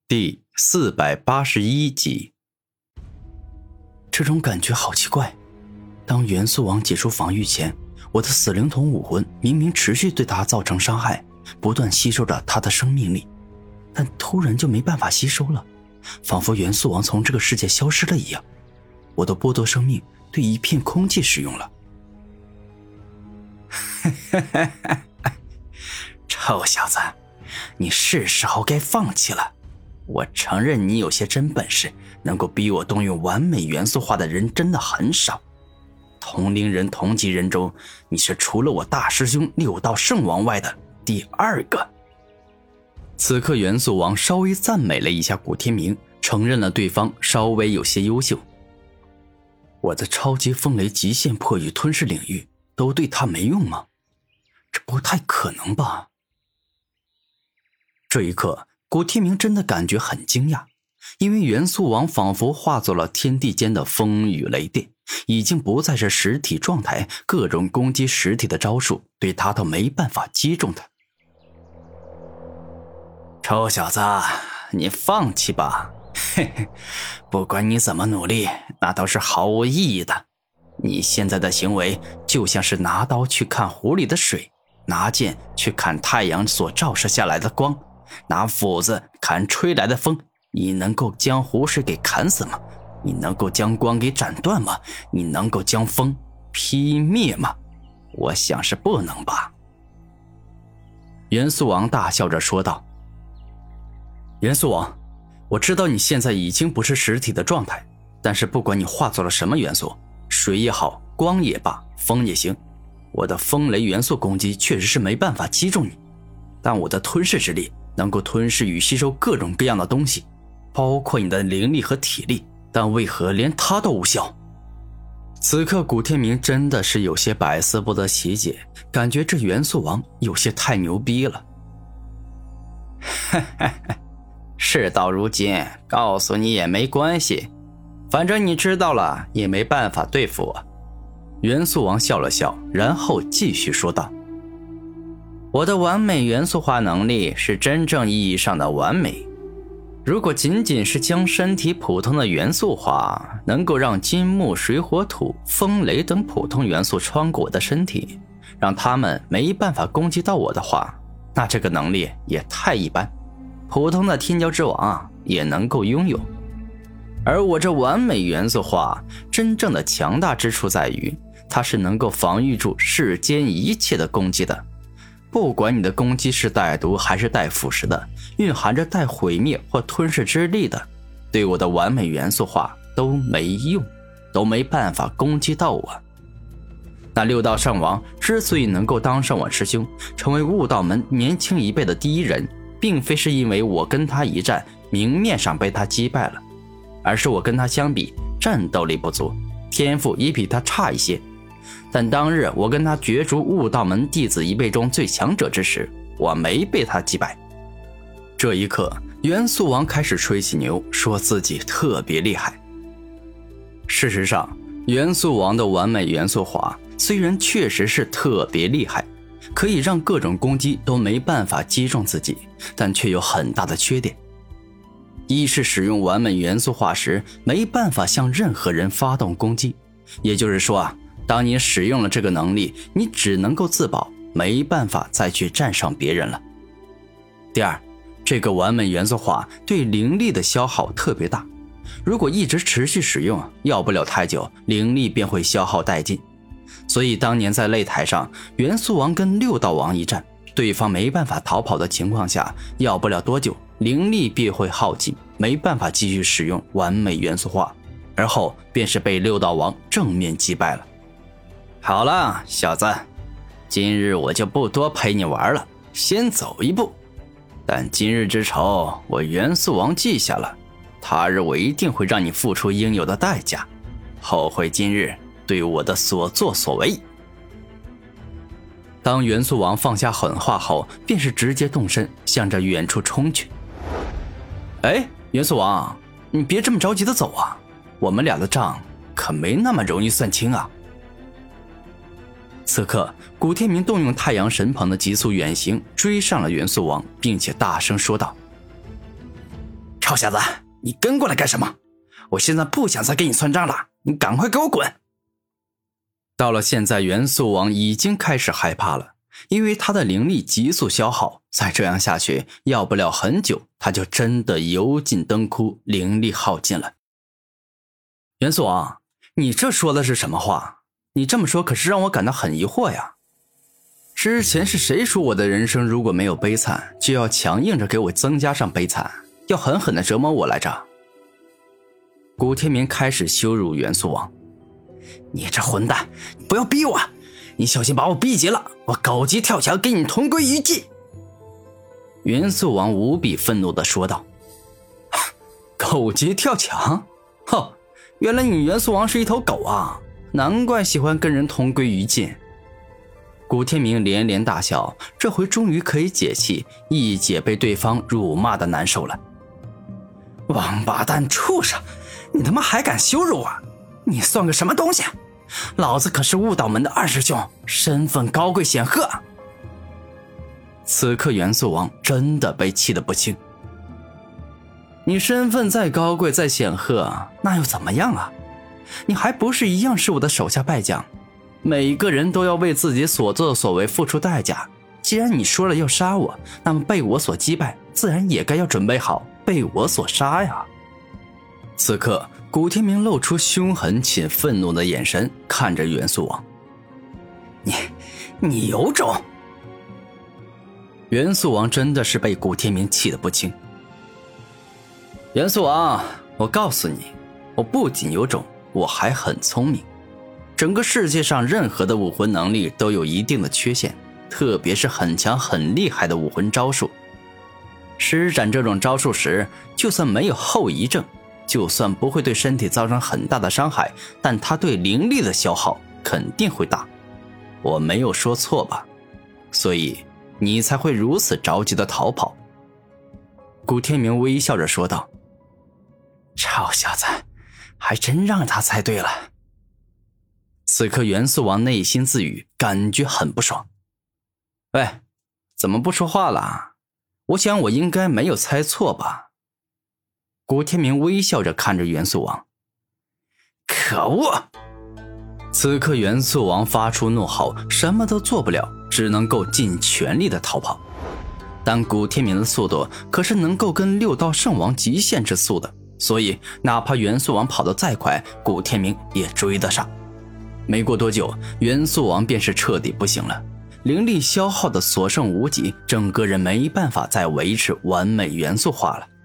第481集。这种感觉好奇怪，当元素王解除防御前，我的死灵童武魂明明持续对他造成伤害，不断吸收着他的生命力，但突然就没办法吸收了，仿佛元素王从这个世界消失了一样，我的剥夺生命对一片空气使用了。臭小子，你是时候该放弃了。我承认你有些真本事，能够逼我动用完美元素化的人真的很少。同龄人同级人中，你是除了我大师兄六道圣王外的第二个。此刻元素王稍微赞美了一下古天明，承认了对方稍微有些优秀。我的超级风雷极限破与吞噬领域都对他没用吗？这不太可能吧。这一刻古天明真的感觉很惊讶，因为元素王仿佛化作了天地间的风雨雷电，已经不再是实体状态，各种攻击实体的招数对他都没办法击中他。臭小子，你放弃吧，嘿嘿，不管你怎么努力，那都是毫无意义的。你现在的行为就像是拿刀去看湖里的水，拿剑去看太阳所照射下来的光，拿斧子砍吹来的风，你能够将湖水给砍死吗？你能够将光给斩断吗？你能够将风劈灭吗？我想是不能吧。元素王大笑着说道。元素王，我知道你现在已经不是实体的状态，但是不管你化作了什么元素，水也好，光也罢，风也行，我的风雷元素攻击确实是没办法击中你，但我的吞噬之力能够吞噬与吸收各种各样的东西，包括你的灵力和体力，但为何连它都无效？此刻古天明真的是有些百思不得其解，感觉这元素王有些太牛逼了。事到如今，告诉你也没关系，反正你知道了也没办法对付我。元素王笑了笑，然后继续说道。我的完美元素化能力是真正意义上的完美，如果仅仅是将身体普通的元素化，能够让金木水火土风雷等普通元素穿过我的身体，让他们没办法攻击到我的话，那这个能力也太一般，普通的天骄之王也能够拥有。而我这完美元素化真正的强大之处在于，它是能够防御住世间一切的攻击的，不管你的攻击是带毒还是带腐蚀的，蕴含着带毁灭或吞噬之力的，对我的完美元素化都没用，都没办法攻击到我。那六道圣王之所以能够当上我师兄，成为悟道门年轻一辈的第一人，并非是因为我跟他一战明面上被他击败了，而是我跟他相比战斗力不足，天赋也比他差一些，但当日我跟他角逐悟道门弟子一辈中最强者之时，我没被他击败。这一刻元素王开始吹起牛，说自己特别厉害。事实上元素王的完美元素化虽然确实是特别厉害，可以让各种攻击都没办法击中自己，但却有很大的缺点。一是使用完美元素化时没办法向任何人发动攻击，也就是说当你使用了这个能力，你只能够自保，没办法再去战胜别人了。第二，这个完美元素化对灵力的消耗特别大，如果一直持续使用，要不了太久，灵力便会消耗殆尽。所以当年在擂台上，元素王跟六道王一战，对方没办法逃跑的情况下，要不了多久，灵力便会耗尽，没办法继续使用完美元素化，而后便是被六道王正面击败了。好了，小子，今日我就不多陪你玩了，先走一步。但今日之仇，我元素王记下了，他日我一定会让你付出应有的代价，后悔今日对我的所作所为。当元素王放下狠话后，便是直接动身向着远处冲去。元素王，你别这么着急的走啊，我们俩的账可没那么容易算清啊。此刻古天明动用太阳神鹏的急速远行追上了元素王，并且大声说道： 臭小子，你跟过来干什么？我现在不想再跟你算账了，你赶快给我滚！到了现在，元素王已经开始害怕了，因为他的灵力急速消耗，再这样下去，要不了很久，他就真的油尽灯枯，灵力耗尽了。元素王，你这说的是什么话？你这么说可是让我感到很疑惑呀。之前是谁说我的人生如果没有悲惨，就要强硬着给我增加上悲惨，要狠狠地折磨我来着？古天明开始羞辱元素王。你这混蛋，不要逼我，你小心把我逼急了，我狗急跳墙跟你同归于尽。元素王无比愤怒地说道。狗急跳墙？哼，原来你元素王是一头狗啊，难怪喜欢跟人同归于尽。古天明连连大笑，这回终于可以解气，一解被对方辱骂的难受了。王八蛋畜生，你他妈还敢羞辱我？你算个什么东西？老子可是悟道门的二师兄，身份高贵显赫。此刻元素王真的被气得不轻。你身份再高贵再显赫，那又怎么样啊？你还不是一样是我的手下败将，每个人都要为自己所作所为付出代价。既然你说了要杀我，那么被我所击败，自然也该要准备好被我所杀呀。此刻古天明露出凶狠且愤怒的眼神看着元素王。你有种！元素王真的是被古天明气得不轻。元素王，我告诉你，我不仅有种，我还很聪明。整个世界上任何的武魂能力都有一定的缺陷，特别是很强很厉害的武魂招数。施展这种招数时，就算没有后遗症，就算不会对身体造成很大的伤害，但它对灵力的消耗肯定会大。我没有说错吧？所以你才会如此着急的逃跑。古天明微笑着说道。臭小子，还真让他猜对了。此刻元素王内心自语，感觉很不爽。喂，怎么不说话了？我想我应该没有猜错吧？古天明微笑着看着元素王。可恶！此刻元素王发出怒吼，什么都做不了，只能够尽全力的逃跑。但古天明的速度可是能够跟六道圣王极限之速的，所以哪怕元素王跑得再快，古天明也追得上。没过多久，元素王便是彻底不行了，灵力消耗的所剩无几，整个人没办法再维持完美元素化了。